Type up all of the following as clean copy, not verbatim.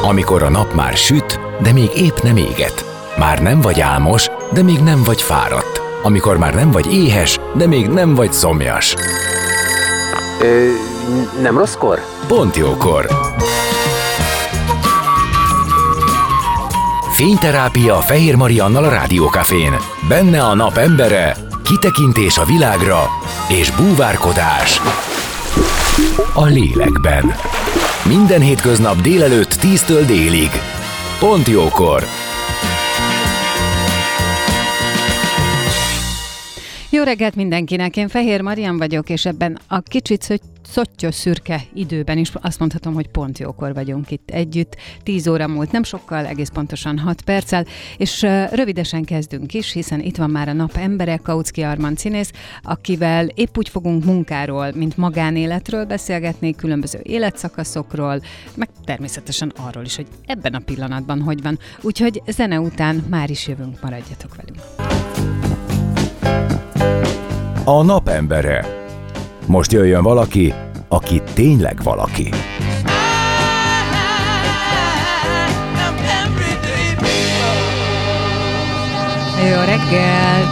Amikor a nap már süt, de még épp nem éget. Már nem vagy álmos, de még nem vagy fáradt. Amikor már nem vagy éhes, de még nem vagy szomjas. Nem rosszkor? Pont jókor. Fényterápia Fehér Mariannal a Rádiókafén. Benne a nap embere, kitekintés a világra és búvárkodás a lélekben. Minden hétköznap délelőtt 10-től délig. Pont jókor. Jó reggelt mindenkinek, én Fehér Marian vagyok, és ebben a kicsit szottyos szürke időben is azt mondhatom, hogy pont jókor vagyunk itt együtt. 10 óra múlt nem sokkal, egész pontosan 6 perccel, és rövidesen kezdünk is, hiszen itt van már a nap embere, Kautsky Armand színész, akivel épp úgy fogunk munkáról, mint magánéletről beszélgetni, különböző életszakaszokról, meg természetesen arról is, hogy ebben a pillanatban hogy van. Úgyhogy zene után már is jövünk, maradjatok velünk. A nap embere. Most jöjjön valaki, aki tényleg valaki. Jó reggelt!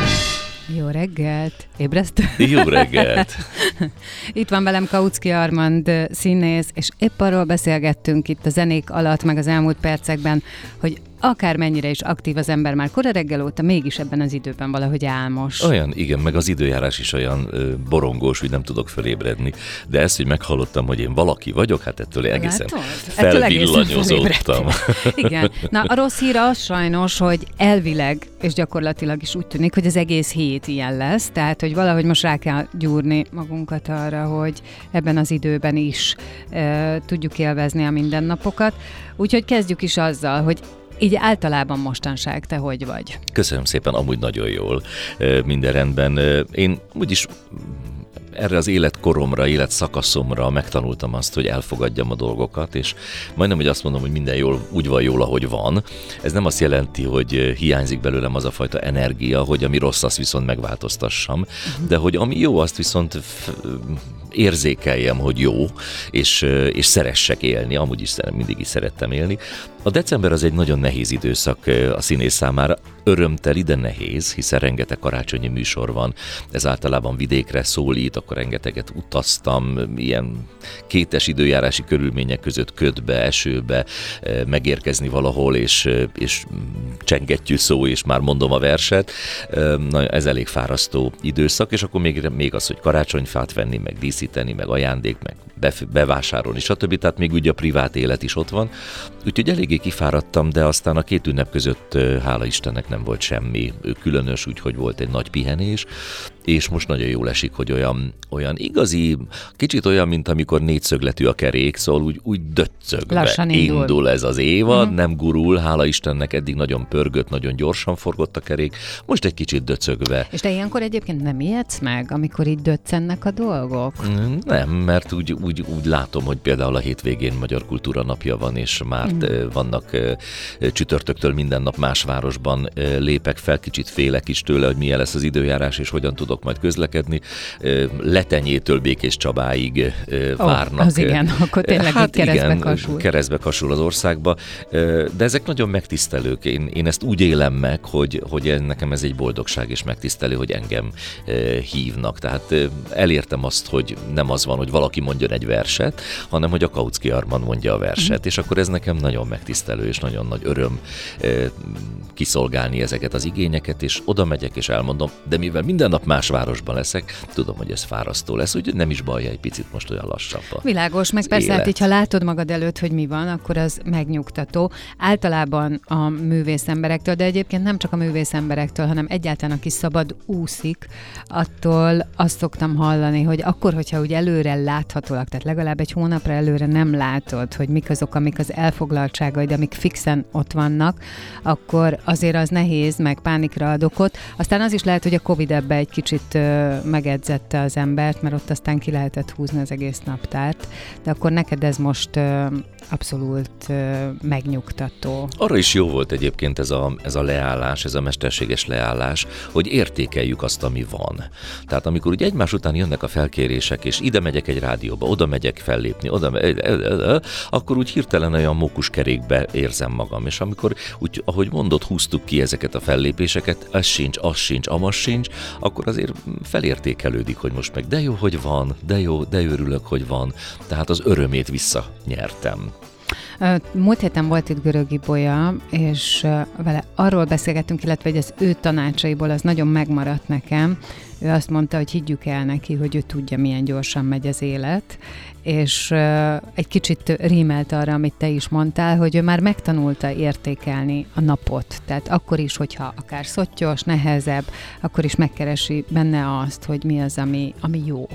Jó reggelt! Ébresztő? Jó reggelt! Itt van velem Kautsky Armand színész, és épp arról beszélgettünk itt a zenék alatt, meg az elmúlt percekben, hogy akármennyire is aktív az ember már kora reggel óta, mégis ebben az időben valahogy álmos. Olyan, igen, meg az időjárás is olyan borongós, hogy nem tudok fölébredni. De ezt, hogy meghallottam, hogy én valaki vagyok, hát ettől egészen felvillanyozottam. Igen. Na, a rossz hír az sajnos, hogy elvileg, és gyakorlatilag is úgy tűnik, hogy az egész hét ilyen lesz, tehát, hogy valahogy most rá kell gyúrni magunkat arra, hogy ebben az időben is tudjuk élvezni a mindennapokat. Úgyhogy kezdjük is azzal, hogy így általában mostanság te hogy vagy? Köszönöm szépen, amúgy nagyon jól, minden rendben. Én úgyis erre az életkoromra, életszakaszomra megtanultam azt, hogy elfogadjam a dolgokat, és majdnem, hogy azt mondom, hogy minden jól, úgy van jól, ahogy van. Ez nem azt jelenti, hogy hiányzik belőlem az a fajta energia, hogy ami rossz, azt viszont megváltoztassam, de hogy ami jó, azt viszont érzékeljem, hogy jó, és szeressek élni, amúgy is mindig is szerettem élni. A december az egy nagyon nehéz időszak a színész számára, örömteli, de nehéz, hiszen rengeteg karácsonyi műsor van, ez általában vidékre szólít, akkor rengeteget utaztam, ilyen kétes időjárási körülmények között ködbe, esőbe megérkezni valahol, és csengettyű szó, és már mondom a verset. Na, ez elég fárasztó időszak, és akkor még az, hogy karácsonyfát venni, meg díszíteni, meg ajándék, meg bevásárolni, stb. Tehát még ugye a privát élet is ott van. Úgyhogy eléggé kifáradtam, de aztán a két ünnep között, hála Istennek, nem volt semmi különös, úgyhogy volt egy nagy pihenés, és most nagyon jól esik, hogy olyan igazi, kicsit olyan, mint amikor négyszögletű a kerék, szóval úgy döccögve indul ez az évad, nem gurul, hála Istennek, eddig nagyon pörgött, nagyon gyorsan forgott a kerék, most egy kicsit döcögve. És te ilyenkor egyébként nem ijedsz meg, amikor így döccennek a dolgok? Nem, mert úgy látom, hogy például a hétvégén Magyar Kultúra Napja van, és már vannak csütörtöktől minden nap más városban lépek fel, kicsit félek is tőle, hogy milyen lesz az időjárás, és hogyan tudok majd közlekedni. Letenyétől Békés Csabáig várnak. Az igen, akkor tényleg hát keresztbe kasul. Keresztbe kasul az országba, de ezek nagyon megtisztelők. Én ezt úgy élem meg, hogy nekem ez egy boldogság és megtisztelő, hogy engem hívnak. Tehát elértem azt, hogy nem az van, hogy valaki mondjon egy verset, hanem hogy a Kautsky Armand mondja a verset, és akkor ez nekem nagyon megtisztelő és nagyon nagy öröm kiszolgálni ezeket az igényeket, és oda megyek és elmondom, de mivel minden nap más városban leszek, tudom, hogy ez fárasztó lesz, úgyhogy nem is baj, egy picit most olyan lassabb. Világos, meg persze, hát így, ha látod magad előtt, hogy mi van, akkor az megnyugtató. Általában a művész emberektől, de egyébként nem csak a művész emberektől, hanem egyáltalán aki szabad úszik, attól azt szoktam hallani, hogy akkor, hogyha úgy előre láthatólag, tehát legalább egy hónapra előre nem látod, hogy mik azok, amik az elfoglaltságaid, amik fixen ott vannak, akkor azért az nehéz, meg pánikra ad okot. Aztán az is lehet, hogy a Covid ebbe egy kicsit kicsit megedzette az embert, mert ott aztán ki lehetett húzni az egész naptárt, de akkor neked ez most abszolút megnyugtató. Arra is jó volt egyébként ez a leállás, ez a mesterséges leállás, hogy értékeljük azt, ami van. Tehát amikor ugye egymás után jönnek a felkérések, és ide megyek egy rádióba, oda megyek fellépni, akkor úgy hirtelen olyan mókuskerékbe érzem magam. És amikor úgy, ahogy mondod, húztuk ki ezeket a fellépéseket, ez sincs, az sincs, amaz sincs, akkor azért felértékelődik, hogy most meg de jó, hogy van, de jó, de örülök, hogy van. Tehát az örömét visszanyertem. Múlt héten volt itt Görög Ibolya, és vele arról beszélgettünk, illetve hogy az ő tanácsaiból az nagyon megmaradt nekem. Ő azt mondta, hogy higgyük el neki, hogy ő tudja, milyen gyorsan megy az élet, és egy kicsit rímelt arra, amit te is mondtál, hogy ő már megtanulta értékelni a napot. Tehát akkor is, hogyha akár szottyos, nehezebb, akkor is megkeresi benne azt, hogy mi az, ami jó.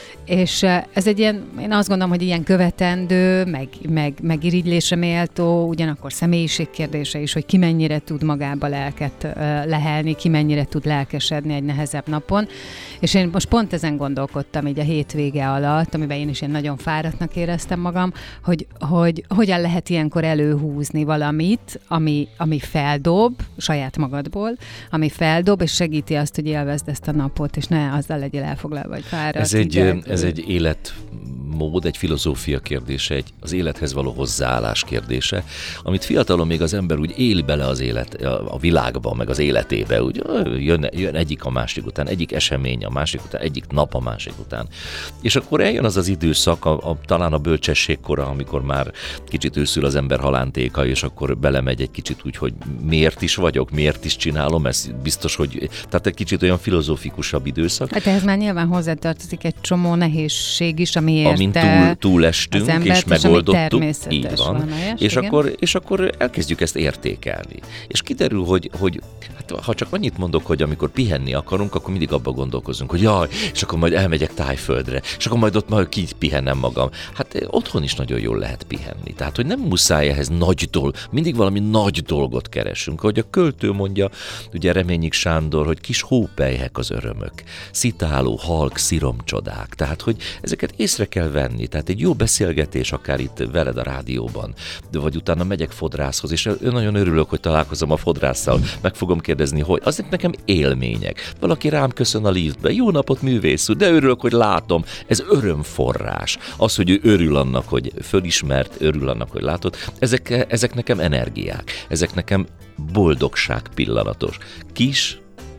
És ez egy ilyen, én azt gondolom, hogy ilyen követendő, meg irigylésre méltó, ugyanakkor személyiségkérdése is, hogy ki mennyire tud magába lelket lehelni, ki mennyire tud lelkesedni egy nehezebb napon. És én most pont ezen gondolkodtam így a hétvége alatt, amiben én is ilyen nagyon fáradtnak éreztem magam, hogy hogyan lehet ilyenkor előhúzni valamit, ami feldob saját magadból, ami feldob, és segíti azt, hogy élvezd ezt a napot, és ne azzal legyél elfoglalva, vagy fáradt. Ez egy életmód, egy filozófia kérdése, az élethez való hozzáállás kérdése, amit fiatalon még az ember úgy éli bele az élet, a világba, meg az életébe, úgy jön egyik a másik után, egyik esemény a másik után, egyik nap a másik után. És akkor eljön az az időszak, talán a bölcsességkora, amikor már kicsit őszül az ember halántéka, és akkor belemegy egy kicsit úgy, hogy miért is vagyok, miért is csinálom, ez biztos, hogy tehát egy kicsit olyan filozófikusabb időszak. Hát ehhez már nyilván hozzátartozik egy csomó nehézség is, amint túlestünk és megoldottuk. Így van. És akkor elkezdjük ezt értékelni. És kiderül, hogy hát, ha csak annyit mondok, hogy amikor pihenni akarunk, akkor mindig abba gondolkozunk, hogy jaj, és akkor majd elmegyek Tájföldre, és akkor majd ott majd kipihennem magam. Hát otthon is nagyon jól lehet pihenni. Tehát, hogy nem muszáj ehhez mindig valami nagy dolgot keresünk. Ahogy a költő mondja, ugye Reményik Sándor, hogy kis hópelyhek az örömök, szitáló, halk, sziromcsodák. Tehát, hogy ezeket észre kell venni. Tehát egy jó beszélgetés akár itt veled a rádióban, vagy utána megyek fodrászhoz, és nagyon örülök, hogy találkozom a fodrásszal, meg fogom kérdezni, hogy azért nekem élmények. Valaki rám köszön a liftbe, jó napot művész úr, de örülök, hogy látom. Ez örömforrás. Az, hogy ő örül annak, hogy fölismert, örül annak, hogy látod, ezek nekem energiák. Ezek nekem boldogság pillanatos. Kis,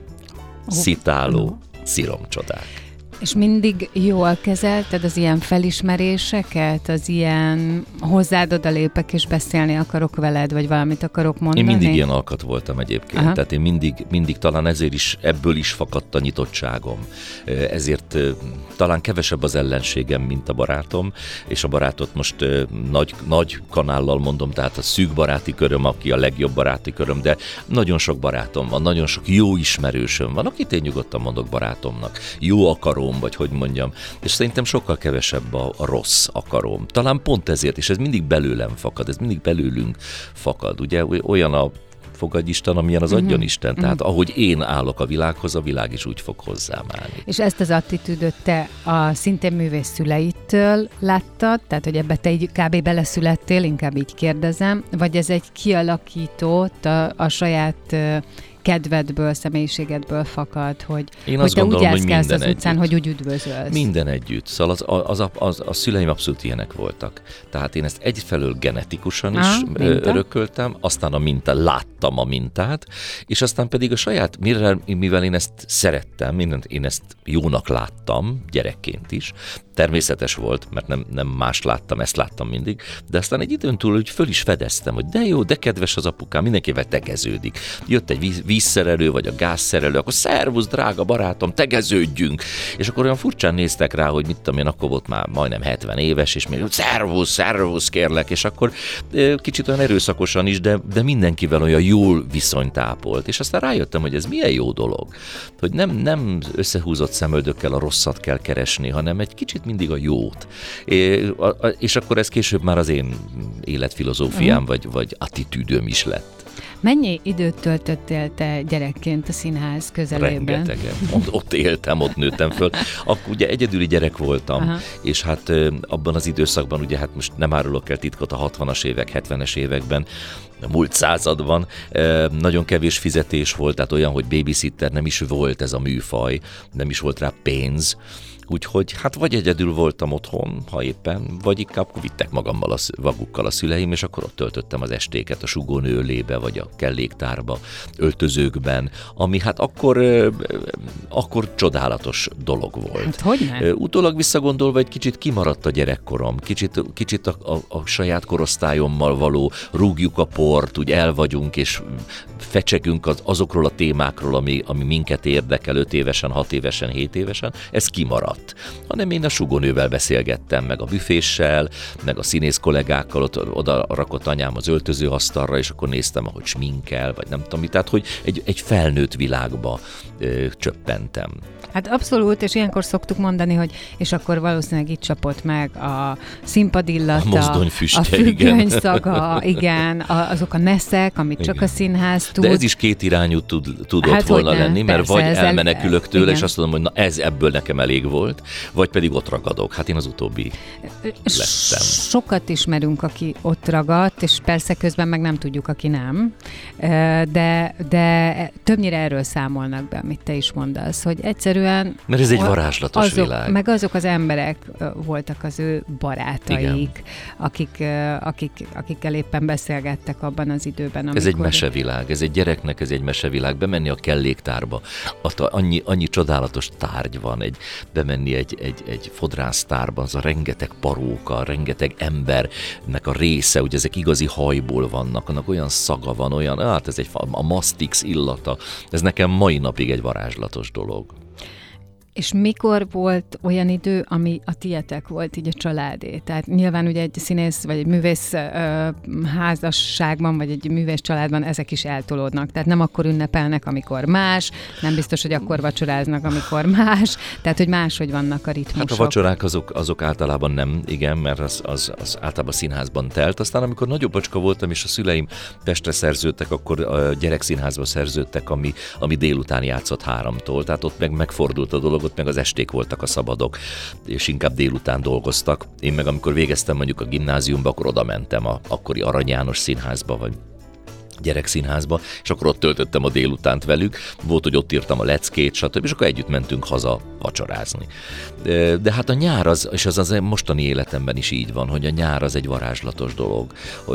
szitáló, sziromcsodák. És mindig jól kezelted az ilyen felismeréseket, az ilyen hozzád odalépek és beszélni akarok veled, vagy valamit akarok mondani? Én mindig ilyen alkat voltam egyébként, aha. Tehát én mindig talán ebből is fakadt a nyitottságom. Ezért talán kevesebb az ellenségem, mint a barátom, és a barátot most nagy kanállal mondom, tehát a szűk baráti köröm, aki a legjobb baráti köröm, de nagyon sok barátom van, nagyon sok jó ismerősöm van, akit én nyugodtan mondok barátomnak. Jó akarom, vagy hogy mondjam, és szerintem sokkal kevesebb a rossz akarom. Talán pont ezért, és ez mindig belőlem fakad, ez mindig belőlünk fakad, ugye, olyan a fogadj Isten, amilyen az adjon Isten. Tehát ahogy én állok a világhoz, a világ is úgy fog hozzám állni. És ezt az attitűdöt te a szintén művész szüleitől láttad? Tehát, hogy ebbe te így kb. Beleszülettél, inkább így kérdezem, vagy ez egy kialakított a saját kedvedből, személyiségedből fakad, hogy te úgy állsz az utcán, hogy úgy üdvözölsz. Minden együtt. Szóval a szüleim abszolút ilyenek voltak. Tehát én ezt egyfelől genetikusan is örököltem, aztán láttam a mintát, és aztán pedig a saját, mivel én ezt szerettem, én ezt jónak láttam, gyerekként is, természetes volt, mert nem más láttam, ezt láttam mindig, de aztán egy időn túl úgy föl is fedeztem, hogy de jó, de kedves az apukám, mindenkivel tegeződik. Jött egy vízszerelő, vagy a gázszerelő, akkor szervusz, drága barátom, tegeződjünk. És akkor olyan furcsán néztek rá, hogy mit tudom én, akkor volt már majdnem 70 éves, és még szervusz, kérlek, és akkor kicsit olyan erőszakosan is, de mindenkivel olyan jól viszonyt ápolt. És aztán rájöttem, hogy ez milyen jó dolog, hogy nem összehúzott szemöldökkel a rosszat kell keresni, hanem egy kicsit mindig a jót. És akkor ez később már az én életfilozófiám, vagy attitűdöm is lett. Mennyi időt töltöttél te gyerekként a színház közelében? Rengeteget. Ott éltem, ott nőttem föl. Akkor ugye egyedüli gyerek voltam, aha, és hát abban az időszakban, ugye hát most nem árulok el titkot, a 60-as évek, 70-es években, a múlt században nagyon kevés fizetés volt, tehát olyan, hogy babysitter nem is volt ez a műfaj, nem is volt rá pénz. Úgyhogy hát vagy egyedül voltam otthon, ha éppen, vagy inkább vittek magukkal a szüleim, és akkor ott töltöttem az estéket a sugónőlébe, vagy a kelléktárba, öltözőkben, ami hát akkor csodálatos dolog volt. Hát hogyne? Utólag visszagondolva egy kicsit kimaradt a gyerekkorom, kicsit a saját korosztályommal való rúgjuk a port, úgy el vagyunk, és fecsegünk azokról a témákról, ami minket érdekel 5 évesen, 6 évesen, 7 évesen, ez kimaradt. Hanem én a sugónővel beszélgettem, meg a büféssel, meg a színész kollégákkal, oda rakott anyám az öltözőasztalra, és akkor néztem, ahogy sminkel, vagy nem tudom, tehát hogy egy felnőtt világba csöppentem. Hát abszolút, és ilyenkor szoktuk mondani, hogy és akkor valószínűleg itt csapott meg a színpadillata, a mozdonyfüstje, a függönyszaga, igen, azok a neszek, amit igen, csak a színház tud. De ez is kétirányú tudott hát volna hogyne, lenni, mert persze, vagy elmenekülök tőle, igen, és azt mondom, hogy na ebből nekem elég volt, vagy pedig ott ragadok. Hát én az utóbbi lettem. Sokat ismerünk, aki ott ragadt, és persze közben meg nem tudjuk, aki nem, de többnyire erről számolnak be, amit te is mondasz, hogy egyszerűen... Mert ez egy varázslatos világ. Meg azok az emberek voltak az ő barátaik, akikkel éppen beszélgettek abban az időben. Amikor... Ez egy mesevilág, ez egy gyereknek, ez egy mesevilág. Bemenni a kelléktárba, annyi csodálatos tárgy van, bemenni egy fodrásztárba, az a rengeteg paróka, rengeteg embernek a része, ugye ezek igazi hajból vannak, annak olyan szaga van, hát ez a mastix illata, ez nekem mai napig egy varázslatos dolog. És mikor volt olyan idő, ami a tietek volt, így a családé? Tehát nyilván ugye egy színész, vagy egy művész házasságban, vagy egy művész családban ezek is eltolódnak. Tehát nem akkor ünnepelnek, amikor más, nem biztos, hogy akkor vacsoráznak, amikor más. Tehát, hogy máshogy vannak a ritmusok. Hát a vacsorák azok általában nem, igen, mert az általában színházban telt. Aztán amikor nagyobb bacska voltam, és a szüleim Pestre szerződtek, akkor a gyerekszínházba szerződtek, ami délután játszott 3-tól. Tehát ott megfordult a dolog, ott meg az esték voltak a szabadok, és inkább délután dolgoztak. Én meg amikor végeztem mondjuk a gimnáziumba, akkor oda mentem a akkori Arany János színházba, vagy gyerekszínházba, és akkor ott töltöttem a délutánt velük. Volt, hogy ott írtam a leckét, stb., és akkor együtt mentünk haza vacsorázni. De hát a nyár és az mostani életemben is így van, hogy a nyár az egy varázslatos dolog.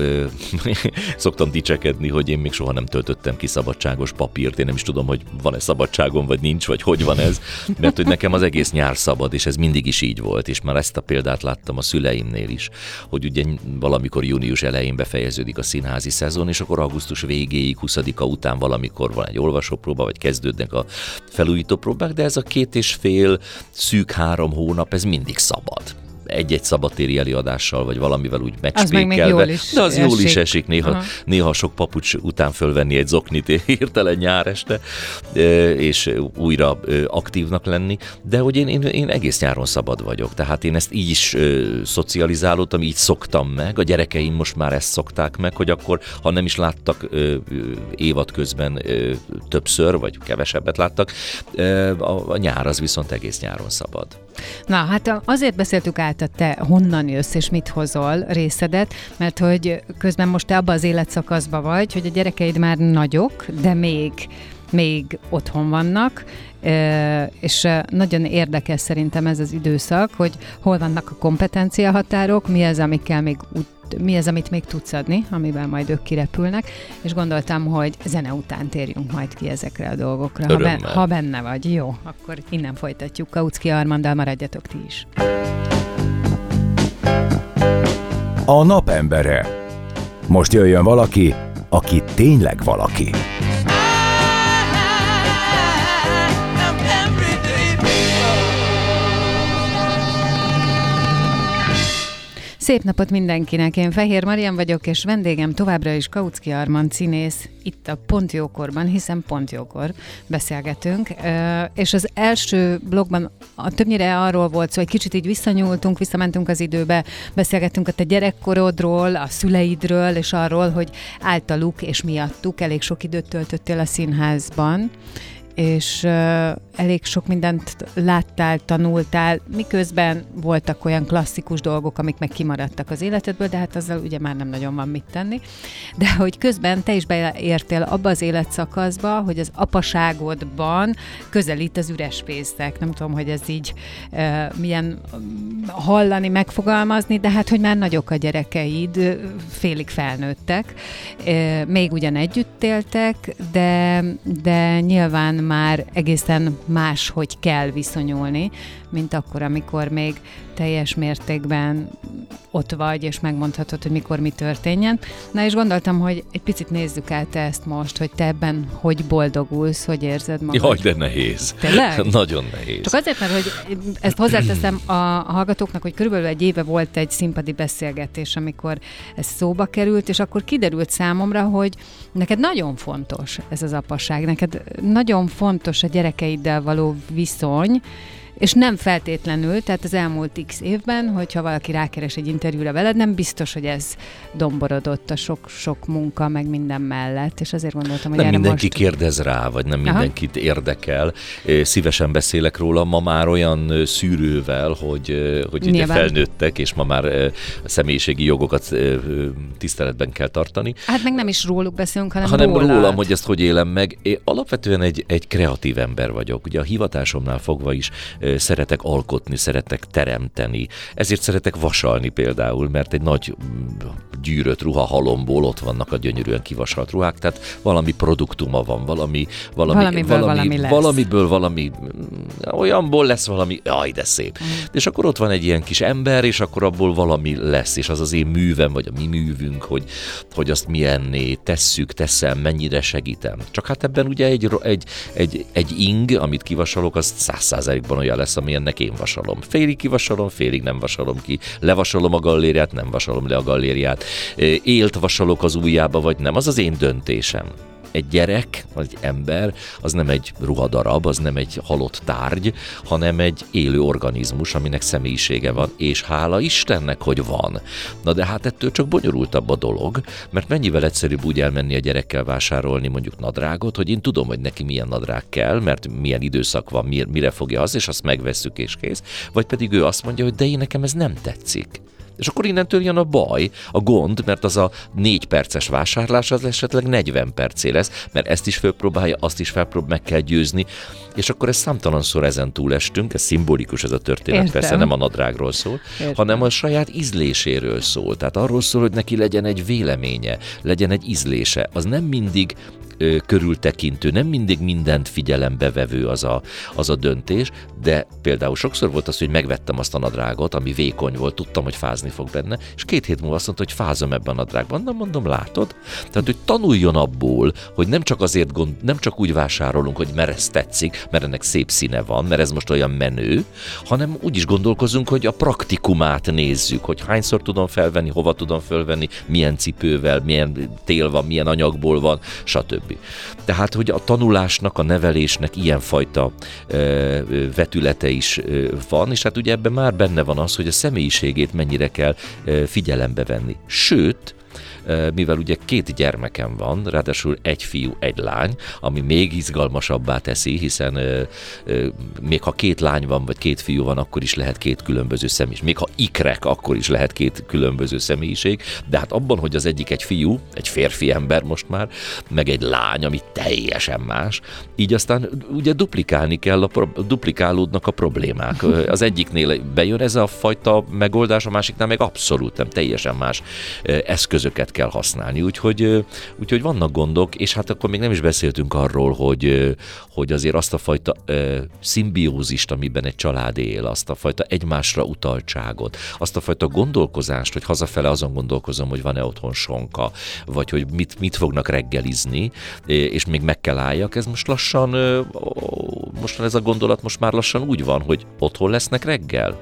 Szoktam dicsekedni, hogy én még soha nem töltöttem ki szabadságos papírt, én nem is tudom, hogy van-e szabadságom, vagy nincs, vagy hogy van ez, mert hogy nekem az egész nyár szabad, és ez mindig is így volt, és már ezt a példát láttam a szüleimnél is, hogy ugye valamikor június elején befejeződik a színházi szezon, és akkor augusztus végéig, 20-a után valamikor van egy olvasópróba, vagy kezdődnek a felújítópróbák, de ez a 2,5 szűk 3 hónap, ez mindig szabad. Egy-egy szabadtéri előadással, vagy valamivel úgy megspékelve. De az jól is esik néha sok papucs után fölvenni egy zoknit hirtelen nyár este, és újra aktívnak lenni. De hogy én egész nyáron szabad vagyok. Tehát én ezt így is szocializálódtam, így szoktam meg. A gyerekeim most már ezt szokták meg, hogy akkor, ha nem is láttak évad közben többször, vagy kevesebbet láttak, a nyár az viszont egész nyáron szabad. Na, hát azért beszéltük át, te honnan jössz és mit hozol részedet, mert hogy közben most te abban az életszakaszban vagy, hogy a gyerekeid már nagyok, de még otthon vannak, és nagyon érdekes szerintem ez az időszak, hogy hol vannak a kompetenciahatárok, mi az, amit még tudsz adni, amivel majd ők kirepülnek, és gondoltam, hogy zene után térjünk majd ki ezekre a dolgokra. Ha benne vagy, jó, akkor innen folytatjuk. Kautsky Armanddal maradjatok ti is. A napembere. Most jöjjön valaki, aki tényleg valaki. Szép napot mindenkinek, én Fehér Marian vagyok, és vendégem továbbra is Kautsky Armand színész itt a Pont Jókorban, hiszen pont jókor beszélgetünk, és az első blogban többnyire arról volt szó, hogy kicsit így visszamentünk az időbe, beszélgettünk a te gyerekkorodról, a szüleidről, és arról, hogy általuk és miattuk elég sok időt töltöttél a színházban, és elég sok mindent láttál, tanultál, miközben voltak olyan klasszikus dolgok, amik meg kimaradtak az életedből, de hát azzal ugye már nem nagyon van mit tenni. De hogy közben te is beértél abba az életszakaszba, hogy az apaságodban közelít az üres fészek. Nem tudom, hogy ez így milyen hallani, megfogalmazni, de hát, hogy már nagyok a gyerekeid, félig felnőttek, még ugyan együtt éltek, de nyilván már egészen más, hogy kell viszonyulni, mint akkor, amikor még teljes mértékben ott vagy, és megmondhatod, hogy mikor mi történjen. Na és gondoltam, hogy egy picit nézzük át ezt most, hogy te ebben hogy boldogulsz, hogy érzed magad. Jaj, de nehéz. Tényleg? Nagyon nehéz. Csak azért, mert hogy ezt hozzáteszem a hallgatóknak, hogy körülbelül egy éve volt egy színpadi beszélgetés, amikor ez szóba került, és akkor kiderült számomra, hogy neked nagyon fontos ez az apaság, neked nagyon fontos a gyerekeiddel való viszony, és nem feltétlenül, tehát az elmúlt x évben, hogyha valaki rákeres egy interjúra veled, nem biztos, hogy ez domborodott a sok munka, meg minden mellett, és azért gondoltam, hogy nem erre mindenki most... kérdez rá, vagy nem mindenkit érdekel. Szívesen beszélek róla, ma már olyan szűrővel, hogy ugye felnőttek, és ma már a személyiségi jogokat tiszteletben kell tartani. Hát meg nem is róluk beszélünk, hanem rólam, hogy ezt hogy élem meg. Én alapvetően egy kreatív ember vagyok. Ugye a hivatásomnál fogva is szeretek alkotni, szeretek teremteni. Ezért szeretek vasalni például, mert egy nagy gyűrött ruha halomból ott vannak a gyönyörűen kivasalt ruhák, tehát valami produktuma van, valamiből valami, olyanból lesz valami, jaj, de szép. És akkor ott van egy ilyen kis ember, és akkor abból valami lesz, és az az én művem, vagy a mi művünk, hogy azt milyenné teszem, mennyire segítem. Csak hát ebben ugye egy ing, amit kivasalok, az 100%-ban olyan lesz, amilyennek én vasalom. Félig kivasalom, félig nem vasalom ki. Levasalom a gallériát, nem vasalom le a gallériát. Élt vasalok az ujjába, vagy nem. Az az én döntésem. Egy gyerek, vagy egy ember, az nem egy ruhadarab, az nem egy halott tárgy, hanem egy élő organizmus, aminek személyisége van, és hála Istennek, hogy van. Na de hát ettől csak bonyolultabb a dolog, mert mennyivel egyszerűbb úgy elmenni a gyerekkel vásárolni mondjuk nadrágot, hogy én tudom, hogy neki milyen nadrág kell, mert milyen időszak van, mire fogja az, és azt megvesszük és kész, vagy pedig ő azt mondja, hogy de én nekem ez nem tetszik. És akkor innentől jön a baj, a gond, mert az a 4 perces vásárlás az esetleg 40 percé lesz, mert ezt is fölpróbálja, azt is meg kell győzni, és akkor ez számtalanszor ezen túlestünk, ez szimbolikus ez a történet, Értem. Persze nem a nadrágról szól, hanem a saját ízléséről szól. Tehát arról szól, hogy neki legyen egy véleménye, legyen egy ízlése. Az nem mindig körültekintő, nem mindig mindent figyelembe vevő az a döntés, de például sokszor volt az, hogy megvettem azt a nadrágot, ami vékony volt, tudtam, hogy fázni fog benne, és 2 hét múlva azt mondta, hogy fázom ebben a nadrágban. Nem mondom, látod? Tehát, hogy tanuljon abból, hogy nem csak azért nem csak úgy vásárolunk, hogy mert ez tetszik, mert ennek szép színe van, mert ez most olyan menő, hanem úgy is gondolkozunk, hogy a praktikumát nézzük, hogy hányszor tudom felvenni, hova tudom felvenni, milyen cipővel, milyen tél van, milyen anyagból van, stb. Tehát, hogy a tanulásnak, a nevelésnek ilyenfajta vetülete is van, és hát ugye ebben már benne van az, hogy a személyiségét mennyire kell figyelembe venni. Sőt, mivel ugye 2 gyermekem van, ráadásul 1 fiú, 1 lány, ami még izgalmasabbá teszi, hiszen még ha 2 lány van, vagy 2 fiú van, akkor is lehet 2 különböző személyiség. Még ha ikrek, akkor is lehet 2 különböző személyiség, de hát abban, hogy az egyik egy fiú, egy férfi ember most már, meg egy lány, ami teljesen más, így aztán ugye duplikálódnak a problémák. Az egyiknél bejön ez a fajta megoldás, a másiknál meg abszolút nem, teljesen más eszközöket őket kell használni, úgyhogy vannak gondok, és hát akkor még nem is beszéltünk arról, hogy azért azt a fajta szimbiózist, amiben egy család él, azt a fajta egymásra utaltságot, azt a fajta gondolkozást, hogy hazafele azon gondolkozom, hogy van-e otthon sonka, vagy hogy mit fognak reggelizni, és még meg kell álljak, ez most lassan ez a gondolat most már lassan úgy van, hogy otthon lesznek reggel?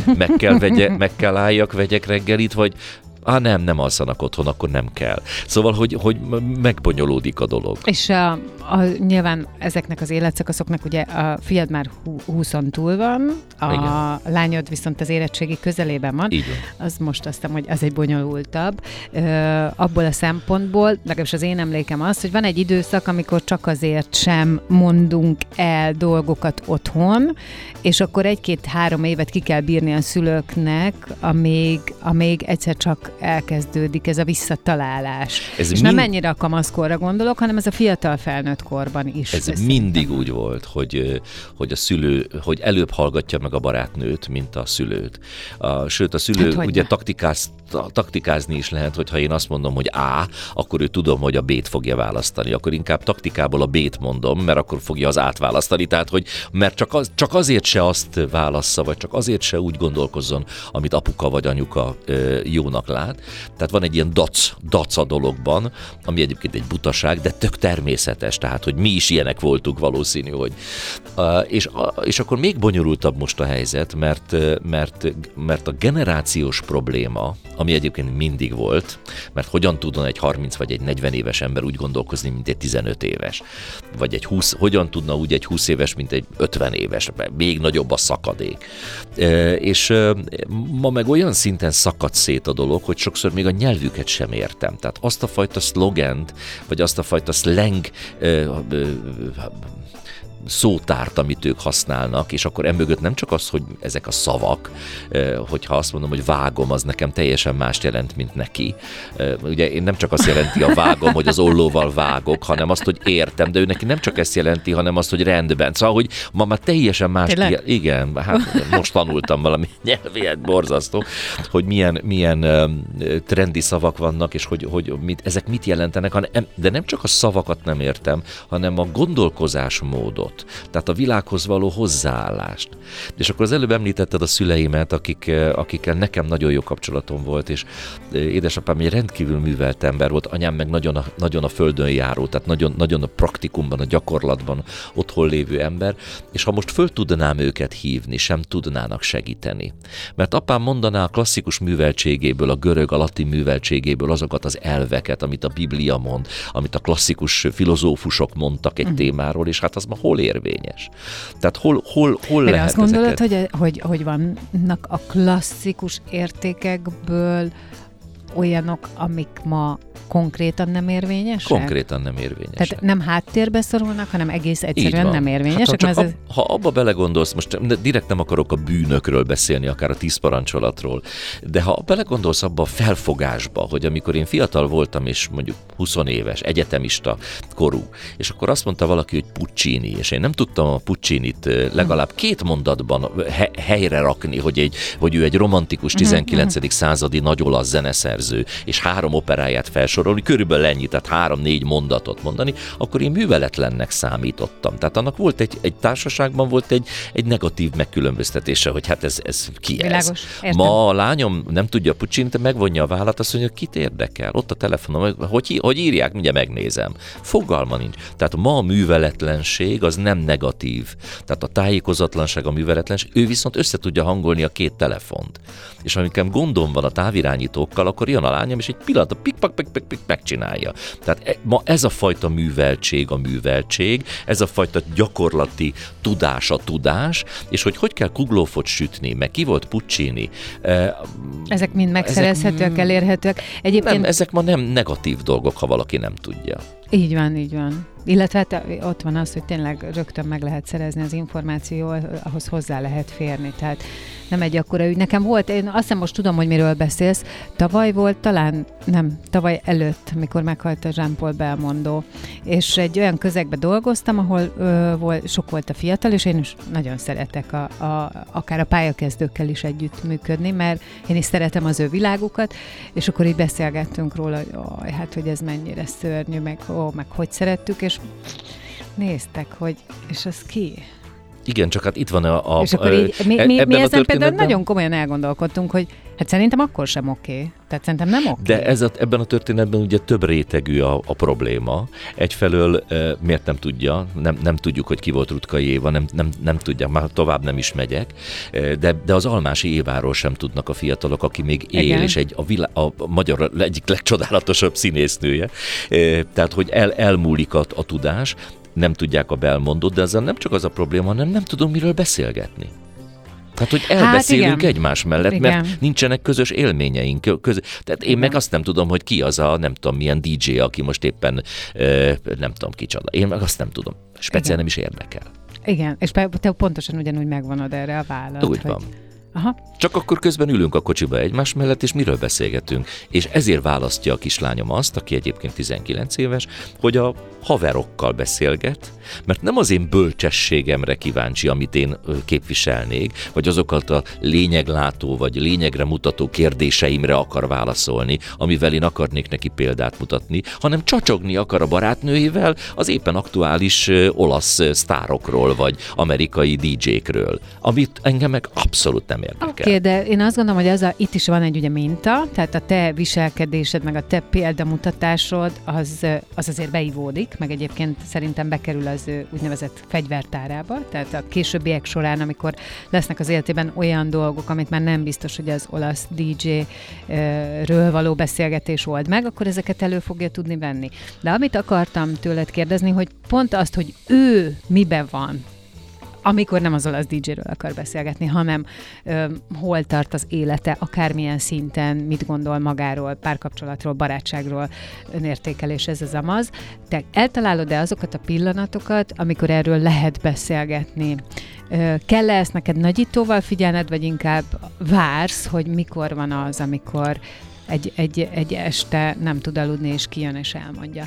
Meg kell álljak, vegyek reggelit, vagy nem alszanak otthon, akkor nem kell. Szóval, hogy megbonyolódik a dolog. És nyilván ezeknek az életszakaszoknak ugye a fiad már 20-on túl van, a lányod viszont az érettségi közelében van. Igen. Az most azt hiszem, hogy az egy bonyolultabb. Abból a szempontból, legalábbis az én emlékem az, hogy van egy időszak, amikor csak azért sem mondunk el dolgokat otthon, és akkor 1-2-3 évet ki kell bírni a szülőknek, amíg egyszer csak elkezdődik ez a visszatalálás. És nem ennyire a kamaszkorra gondolok, hanem ez a fiatal felnőtt korban is. Ez mindig úgy volt, hogy a szülő, hogy előbb hallgatja meg a barátnőt, mint a szülőt. Sőt, a szülő ugye taktikázni is lehet, hogyha én azt mondom, hogy A, akkor ő tudom, hogy a B-t fogja választani. Akkor inkább taktikából a B-t mondom, mert akkor fogja az A-t választani. Tehát, hogy mert csak azért se azt válassza, vagy csak azért se úgy gondolkozzon, amit apuka vagy anyuka jónak lát. Tehát van egy ilyen dac a dologban, ami egyébként egy butaság, de tök természetes. Tehát, hogy mi is ilyenek voltunk valószínű, hogy. És akkor még bonyolultabb most a helyzet, mert a generációs probléma, ami egyébként mindig volt, mert hogyan tudna egy 30 vagy egy 40 éves ember úgy gondolkozni, mint egy 15 éves? Vagy hogyan tudna úgy egy 20 éves, mint egy 50 éves? Még nagyobb a szakadék. És ma meg olyan szinten szakad szét a dolog, hogy sokszor még a nyelvüket sem értem. Tehát azt a fajta szlogent, vagy azt a fajta slang szótárt, amit ők használnak, és akkor emögött nem csak az, hogy ezek a szavak, hogyha azt mondom, hogy vágom, az nekem teljesen mást jelent, mint neki. Ugye én nem csak azt jelenti a vágom, hogy az ollóval vágok, hanem azt, hogy értem, de ő neki nem csak ezt jelenti, hanem azt, hogy rendben. Szóval, hogy ma már teljesen más. Igen, hát most tanultam valami nyelviet, borzasztó, hogy milyen trendi szavak vannak, és hogy ezek mit jelentenek, de nem csak a szavakat nem értem, hanem a gondolkozásmódot. Tehát a világhoz való hozzáállást. És akkor az előbb említetted a szüleimet, akikkel nekem nagyon jó kapcsolatom volt, és édesapám egy rendkívül művelt ember volt, anyám meg nagyon a földön járó, tehát nagyon a praktikumban, a gyakorlatban otthon lévő ember, és ha most föl tudnám őket hívni, sem tudnának segíteni. Mert apám mondaná a klasszikus műveltségéből, a görög, a latin műveltségéből azokat az elveket, amit a Biblia mond, amit a klasszikus filozófusok mondtak egy témáról, és hát az ma hol érvényes? Tehát hol lehet azt gondolod, hogy vannak a klasszikus értékekből olyanok, amik ma konkrétan nem érvényesek? Konkrétan nem érvényesek. Tehát nem háttérbe szorulnak, hanem egész egyszerűen nem érvényesek? Hát, ha abba belegondolsz, most direkt nem akarok a bűnökről beszélni, akár a 10 parancsolatról, de ha belegondolsz abba a felfogásba, hogy amikor én fiatal voltam, és mondjuk 20 éves, egyetemista korú, és akkor azt mondta valaki, hogy Puccini, és én nem tudtam a Puccinit legalább 2 mondatban helyre rakni, hogy ő egy romantikus 19. századi nagy olasz zeneszerző, és 3 operáját felsorolni, körülbelül ennyi, tehát 3-4 mondatot mondani, akkor én műveletlennek számítottam. Tehát annak volt egy társaságban volt egy negatív megkülönböztetése, hogy hát ez ki világos, ez. értem. Ma a lányom nem tudja Puccinit, megvonja a vállat, azt mondja, kit érdekel. Ott a telefonom, hogy írják, mindjárt megnézem. Fogalma nincs. Tehát ma a műveletlenség az nem negatív. Tehát a tájékozatlanság, a műveletlenség, ő viszont össze tudja hangolni a 2 telefont. És amikor gondom van a távirányítókkal, akkor jön a lányom, és egy pillanat, pik, megcsinálja. Tehát ma ez a fajta műveltség, ez a fajta gyakorlati tudás a tudás, és hogy kell kuglófot sütni, meg ki volt Puccini. Ezek mind megszerezhetőek, elérhetőek. Egyébként... Nem, ezek ma nem negatív dolgok, ha valaki nem tudja. Így van, így van. Illetve hát ott van az, hogy tényleg rögtön meg lehet szerezni az információ, ahhoz hozzá lehet férni. Tehát nem egy akkora ügy. Nekem volt, én azt hiszem most tudom, hogy miről beszélsz. Tavaly volt, talán nem, tavaly előtt, mikor meghalt a Jean-Paul Belmondo, és egy olyan közegben dolgoztam, ahol sok volt a fiatal, és én is nagyon szeretek akár a pályakezdőkkel is együtt működni, mert én is szeretem az ő világukat, és akkor így beszélgettünk róla, hogy hát, hogy ez mennyire szörnyű, meg hogy szerettük, és néztek, hogy, és az ki? Igen, csak hát itt van és akkor így, mi ezen például nagyon komolyan elgondolkodtunk, hogy hát szerintem akkor sem oké. Tehát szerintem nem oké. De ebben a történetben ugye több rétegű a probléma. Egyfelől miért nem tudja, nem tudjuk, hogy ki volt Ruttkai Éva, nem tudják, már tovább nem is megyek, de az Almási Éváról sem tudnak a fiatalok, aki még él, igen. És a magyar egyik legcsodálatosabb színésznője. Tehát, hogy elmúlik a tudás, nem tudják a Belmondót, de ezzel nem csak az a probléma, hanem nem tudom, miről beszélgetni. Tehát, hogy elbeszélünk egymás mellett, igen. Mert nincsenek közös élményeink. Tehát én meg azt nem tudom, hogy ki az a nem tudom milyen DJ, aki most éppen nem tudom kicsoda. Én meg azt nem tudom. Speciál nem is érdekel. Igen, és te pontosan ugyanúgy megvonod erre a választ. Úgy van. Aha. Csak akkor közben ülünk a kocsiba egymás mellett, és miről beszélgetünk. És ezért választja a kislányom azt, aki egyébként 19 éves, hogy a haverokkal beszélget, mert nem az én bölcsességemre kíváncsi, amit én képviselnék, vagy azokat a lényeglátó, vagy lényegre mutató kérdéseimre akar válaszolni, amivel én akarnék neki példát mutatni, hanem csacsogni akar a barátnőivel az éppen aktuális olasz sztárokról, vagy amerikai DJ-kről, amit engem meg abszolút nem érdekel. Oké, de én azt gondolom, hogy itt is van egy ugye minta, tehát a te viselkedésed, meg a te példamutatásod, az azért beivódik, meg egyébként szerintem bekerül az úgynevezett fegyvertárába, tehát a későbbiek során, amikor lesznek az életében olyan dolgok, amit már nem biztos, hogy az olasz DJ-ről való beszélgetés old meg, akkor ezeket elő fogja tudni venni. De amit akartam tőled kérdezni, hogy pont azt, hogy ő miben van, amikor nem az olasz DJ-ről akar beszélgetni, hanem hol tart az élete, akármilyen szinten, mit gondol magáról, párkapcsolatról, barátságról, önértékelés, ez az amaz. Te eltalálod-e azokat a pillanatokat, amikor erről lehet beszélgetni? Kell-e ezt neked nagyítóval figyelned, vagy inkább vársz, hogy mikor van az, amikor egy este nem tud aludni, és kijön és elmondja?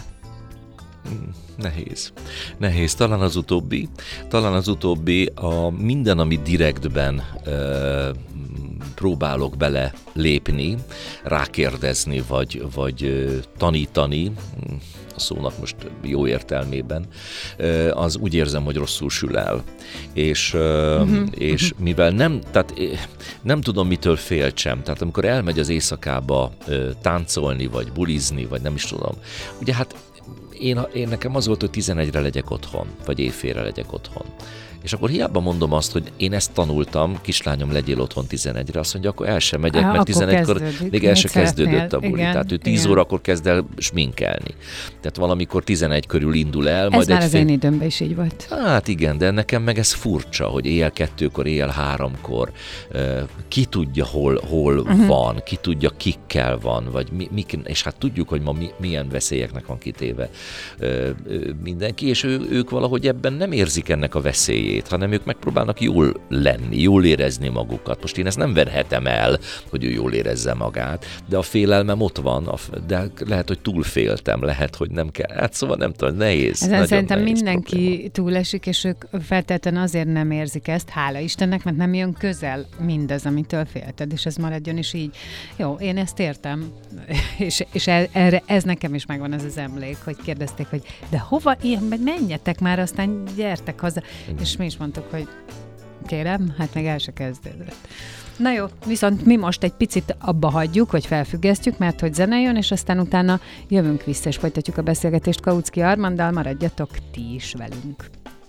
Nehéz. Talán az utóbbi a minden, ami direktben próbálok bele lépni, rákérdezni, vagy tanítani, a szónak most jó értelmében, az úgy érzem, hogy rosszul sül el. És mivel nem tudom, mitől féltsem. Tehát amikor elmegy az éjszakába táncolni, vagy bulizni, vagy nem is tudom. Ugye hát én nekem az volt, hogy 11-re legyek otthon, vagy éjfélre legyek otthon. És akkor hiába mondom azt, hogy én ezt tanultam, kislányom, legyél otthon 11-re, azt mondja, akkor el sem megyek, mert 11-kor még el se kezdődött a buli. Igen, tehát ő 10 órakor kezd el sminkelni. Tehát valamikor 11 körül indul el. Ez már az én időmben is így volt. Hát igen, de nekem meg ez furcsa, hogy éjjel 2-kor, éjjel 3-kor ki tudja, hol van, ki tudja, kikkel van, vagy és hát tudjuk, hogy ma milyen veszélyeknek van kitéve mindenki, és ők valahogy ebben nem érzik ennek a veszélyét, hanem ők megpróbálnak jól lenni, jól érezni magukat. Most én ezt nem verhetem el, hogy ő jól érezze magát, de a félelmem ott van, de lehet, hogy túlféltem, lehet, hogy nem kell. Hát szóval nem tudom, nehéz. Ezen szerintem mindenki probléma. Túlesik, és ők feltétlenül azért nem érzik ezt, hála Istennek, mert nem jön közel mindaz, amitől félted, és ez maradjon is így. Jó, én ezt értem, és ez nekem is megvan az emlék, hogy kérdezték, hogy de hova ilyen, menjetek már, aztán gyertek haza, és mi is mondtuk, hogy kérem, hát meg el se kezdődött. Na jó, viszont mi most egy picit abba hagyjuk, hogy felfüggesztjük, mert hogy zene jön, és aztán utána jövünk vissza, és folytatjuk a beszélgetést Kautsky Armanddal, maradjatok ti is velünk.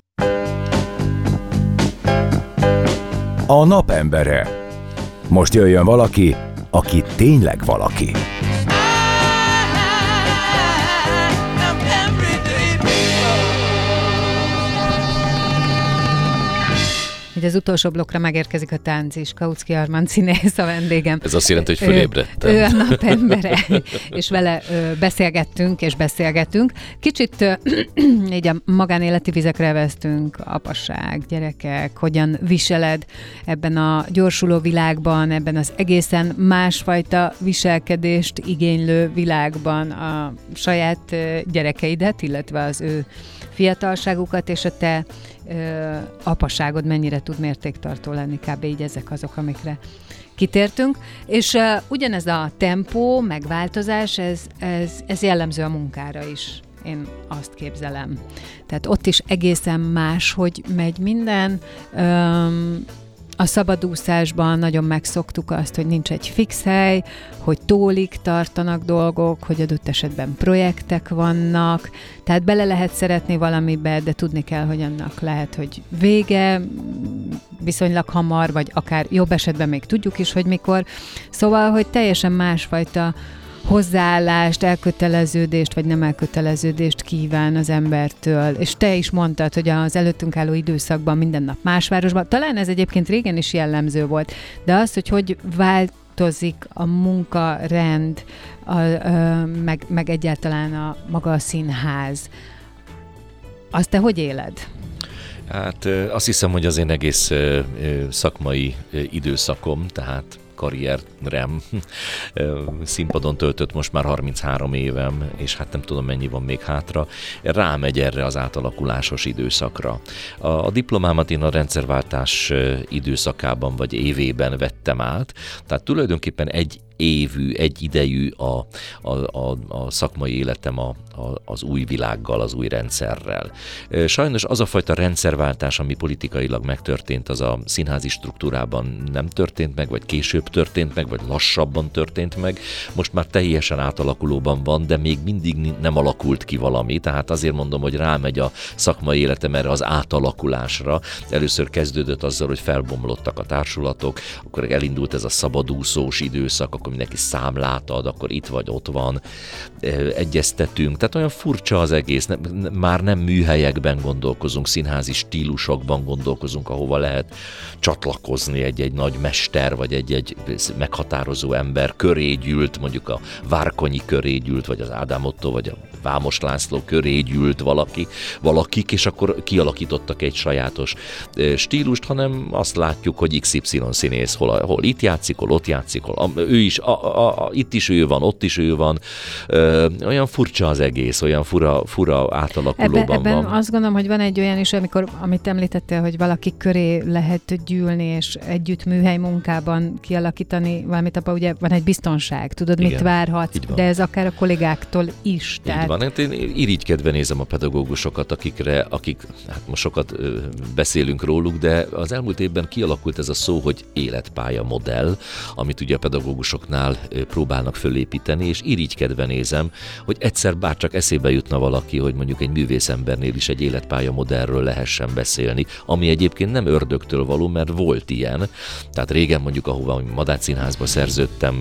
A napembere. Most jöjjön valaki, aki tényleg valaki. hogy az utolsó blokkra megérkezik a tánc is. Kautsky Armand színész a vendégem. Ez azt jelenti, hogy fölébredtem. Ő a napembere, és vele beszélgettünk. Kicsit így a magánéleti vizekre vesztünk, apasság, gyerekek, hogyan viseled ebben a gyorsuló világban, ebben az egészen másfajta viselkedést igénylő világban a saját gyerekeidet, illetve az ő fiatalságukat, és a te apaságod mennyire tud mértéktartó lenni, kb. Így ezek azok, amikre kitértünk. És ugyanez a tempó, megváltozás, ez jellemző a munkára is. Én azt képzelem. Tehát ott is egészen más, hogy megy minden. A szabadúszásban nagyon megszoktuk azt, hogy nincs egy fix hely, hogy tólig tartanak dolgok, hogy adott esetben projektek vannak, tehát bele lehet szeretni valamibe, de tudni kell, hogy annak lehet, hogy vége, viszonylag hamar, vagy akár jobb esetben még tudjuk is, hogy mikor. Szóval, hogy teljesen másfajta hozzáállást, elköteleződést, vagy nem elköteleződést kíván az embertől. És te is mondtad, hogy az előttünk álló időszakban minden nap más városban. Talán ez egyébként régen is jellemző volt, de az, hogy változik a munkarend, meg egyáltalán maga a színház, azt te hogy éled? Hát azt hiszem, hogy az én egész szakmai időszakom, tehát karrierem színpadon töltött most már 33 évem, és hát nem tudom, mennyi van még hátra, rámegy erre az átalakulásos időszakra. A diplomámat én a rendszerváltás időszakában vagy évében vettem át, tehát tulajdonképpen egy idejű a szakmai életem az új világgal, az új rendszerrel. Sajnos az a fajta rendszerváltás, ami politikailag megtörtént, az a színházi struktúrában nem történt meg, vagy később történt meg, vagy lassabban történt meg. Most már teljesen átalakulóban van, de még mindig nem alakult ki valami, tehát azért mondom, hogy rámegy a szakmai életem erre az átalakulásra. Először kezdődött azzal, hogy felbomlottak a társulatok, akkor elindult ez a szabadúszós időszak, akkor mindenki számlát ad, akkor itt vagy ott van, egyeztetünk. Tehát olyan furcsa az egész, már nem műhelyekben gondolkozunk, színházi stílusokban gondolkozunk, ahova lehet csatlakozni egy nagy mester, vagy egy meghatározó ember köré gyűlt, mondjuk a Várkonyi köré gyűlt, vagy az Ádám Ottó, vagy a Vámos László köré gyűlt valakik, és akkor kialakítottak egy sajátos stílust, hanem azt látjuk, hogy XY színész hol itt játszik, hol ott játszik, hol ő is, itt is ő van, ott is ő van. Olyan furcsa az egész, olyan fura átalakulóban ebben van. Azt gondolom, hogy van egy olyan is, amit említettél, hogy valaki köré lehet gyűlni, és együtt műhely munkában kialakítani valamit, abban ugye van egy biztonság, tudod, Igen, mit várhatsz, de ez akár a kollégáktól is. Tehát... Így van, én irigykedve nézem a pedagógusokat, akik hát most sokat beszélünk róluk, de az elmúlt évben kialakult ez a szó, hogy életpálya modell, amit ugye a pedagógusoknál próbálnak fölépíteni, és irigykedve nézem, hogy egyszer bárcsak eszébe jutna valaki, hogy mondjuk egy művészembernél is egy életpálya modellről lehessen beszélni, ami egyébként nem ördögtől való, mert volt ilyen. Tehát régen mondjuk, ahova Madách Színházba szerződtem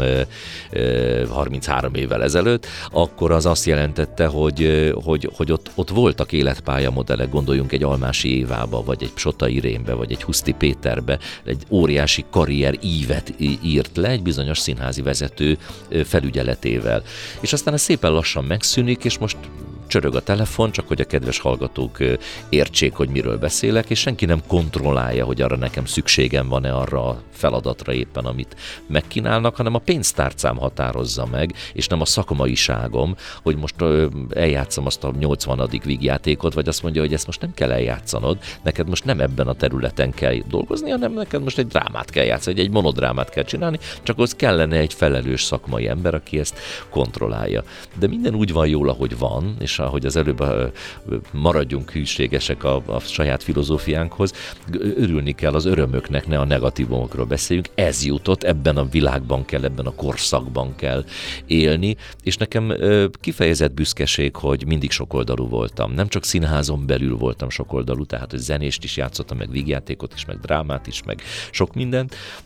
33 évvel ezelőtt, akkor az azt jelentette, hogy ott voltak életpálya modellek, gondoljunk egy Almási Évába, vagy egy Psota Irénbe, vagy egy Huszti Péterbe, egy óriási karrier ívet írt le egy bizonyos színházi vezető felügyeletével. És aztán ez szépen lassan megszűnik, és most csörög a telefon, csak hogy a kedves hallgatók értsék, hogy miről beszélek, és senki nem kontrollálja, hogy arra nekem szükségem van-e arra a feladatra éppen, amit megkínálnak, hanem a pénztárcám határozza meg, és nem a szakmaiságom, hogy most eljátszom azt a 80. vígjátékot, vagy azt mondja, hogy ezt most nem kell eljátszanod, neked most nem ebben a területen kell dolgozni, hanem neked most egy drámát kell játszani, egy monodrámát kell csinálni, csak az kellene egy felelős szakmai ember, aki ezt kontrollálja. De minden úgy van jól, ahogy van, és ahogy az előbb maradjunk hűségesek a saját filozófiánkhoz, örülni kell az örömöknek, ne a negatívumokról beszéljünk. Ez jutott, ebben a világban kell, ebben a korszakban kell élni, és nekem kifejezett büszkeség, hogy mindig sokoldalú voltam. Nem csak színházon belül voltam sokoldalú, tehát hogy zenést is játszottam, meg vígjátékot is, meg drámát is, meg sok mindent,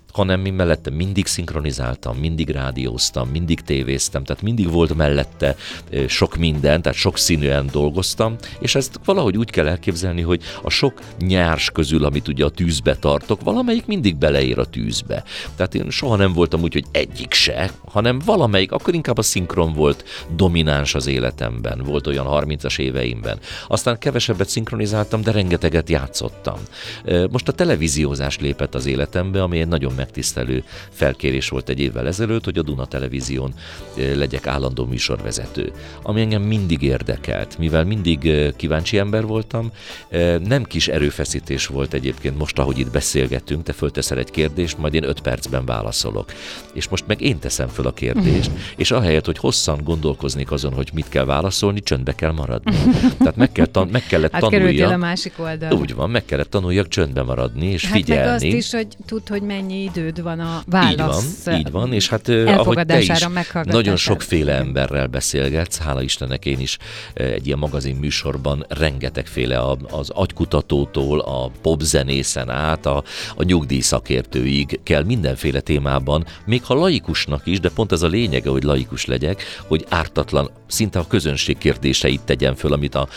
hanem mi mellette mindig szinkronizáltam, mindig rádióztam, mindig tévéztem, tehát mindig volt mellette sok minden, tehát sokszínűen dolgoztam, és ezt valahogy úgy kell elképzelni, hogy a sok nyárs közül, amit ugye a tűzbe tartok, valamelyik mindig beleér a tűzbe. Tehát én soha nem voltam úgy, hogy egyik se, hanem valamelyik, akkor inkább a szinkron volt domináns az életemben, volt olyan 30-as éveimben. Aztán kevesebbet szinkronizáltam, de rengeteget játszottam. Most a televíziózás lépett az életembe, ami egy nagyon megtisztelő felkérés volt egy évvel ezelőtt, hogy a Duna Televízión legyek állandó műsorvezető. Ami engem mindig érdekelt, mivel mindig kíváncsi ember voltam, nem kis erőfeszítés volt egyébként most, ahogy itt beszélgettünk, te fölteszel egy kérdést, majd én 5 percben válaszolok. És most meg én teszem föl a kérdést, és ahelyett, hogy hosszan gondolkoznék azon, hogy mit kell válaszolni, csöndbe kell maradni. Tehát meg kellett tanuljak. A másik oldal. Úgy van, meg kellett tanuljak csöndbe maradni és figyelni. Meg azt is, hogy tudd, hogy mennyi időd van a válasz. Így van, és hát ahogy te is nagyon sokféle igen. emberrel beszélgetsz, hála Istennek én is egy ilyen magazin műsorban rengetegféle az agykutatótól, a popzenészen át, a nyugdíjszakértőig kell mindenféle témában, még ha laikusnak is, de pont ez a lényege, hogy laikus legyek, hogy ártatlan, szinte a közönség kérdéseit tegyem föl, amit a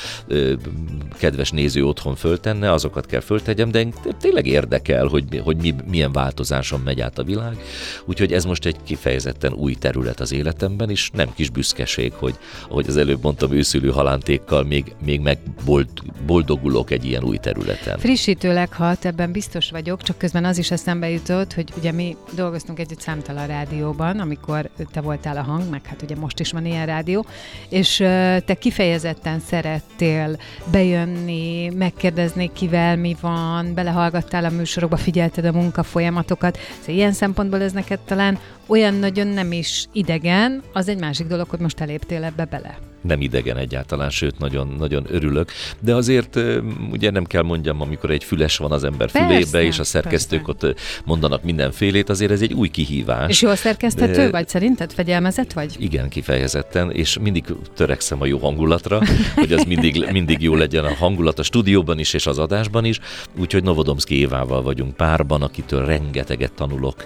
kedves néző otthon föltenne, azokat kell föltegyem, de tényleg érdekel, hogy milyen változáson megy át a világ. Úgyhogy ez most egy kifejezetten új terület az életemben, és nem kis büszkeség, hogy ahogy az előbb mondtam, őszülő halántékkal még boldogulok egy ilyen új területen. Frissítőleg hat, ebben biztos vagyok, csak közben az is eszembe jutott, hogy ugye mi dolgoztunk együtt számtalan rádióban, amikor te voltál a hang, meg hát ugye most is van ilyen rádió, és te kifejezetten szerettél bejönni, megkérdezni, kivel mi van, belehallgattál a műsorokba, figyelted a munkafolyamatokat. Szóval ilyen szempontból ez neked talán olyan nagyon nem is idegen, az egy másik dolog, hogy most eléptél ebbe bele. Nem idegen egyáltalán, sőt, nagyon, nagyon örülök. De azért ugye nem kell mondjam, amikor egy füles van az ember fülébe, és a szerkesztők ott mondanak mindenfélét, azért ez egy új kihívás. És jól szerkeszthető vagy szerinted? Fegyelmezett vagy? Igen, kifejezetten, és mindig törekszem a jó hangulatra, hogy az mindig jó legyen a hangulat a stúdióban is, és az adásban is. Úgyhogy Novodomszki Évával vagyunk párban, akitől rengeteget tanulok,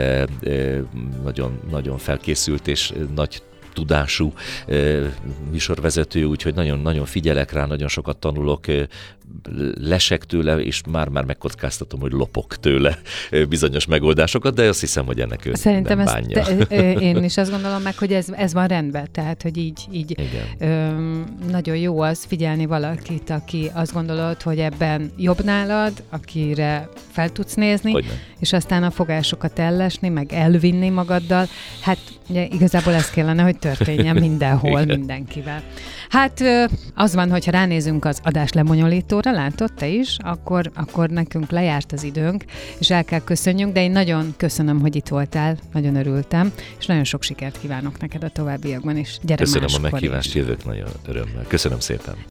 nagyon, nagyon felkészült és nagy tudású műsorvezető, úgyhogy nagyon-nagyon figyelek rá, nagyon sokat tanulok, lesek tőle, és már megkockáztatom, hogy lopok tőle bizonyos megoldásokat, de azt hiszem, hogy ennek ő szerintem nem bánja. Én is azt gondolom meg, hogy ez van rendben, tehát, hogy így nagyon jó az figyelni valakit, aki azt gondolod, hogy ebben jobb nálad, akire fel tudsz nézni, és aztán a fogásokat ellesni, meg elvinni magaddal. Hát ugye igazából ez kellene, hogy történjen mindenhol, mindenkivel. Hát az van, hogyha ránézünk az adás lebonyolítóra, látod te is, akkor nekünk lejárt az időnk, és el kell köszönjünk, de én nagyon köszönöm, hogy itt voltál, nagyon örültem, és nagyon sok sikert kívánok neked a továbbiakban is. Gyere köszönöm máskor a meghívást, is. Jövök nagyon örömmel. Köszönöm szépen.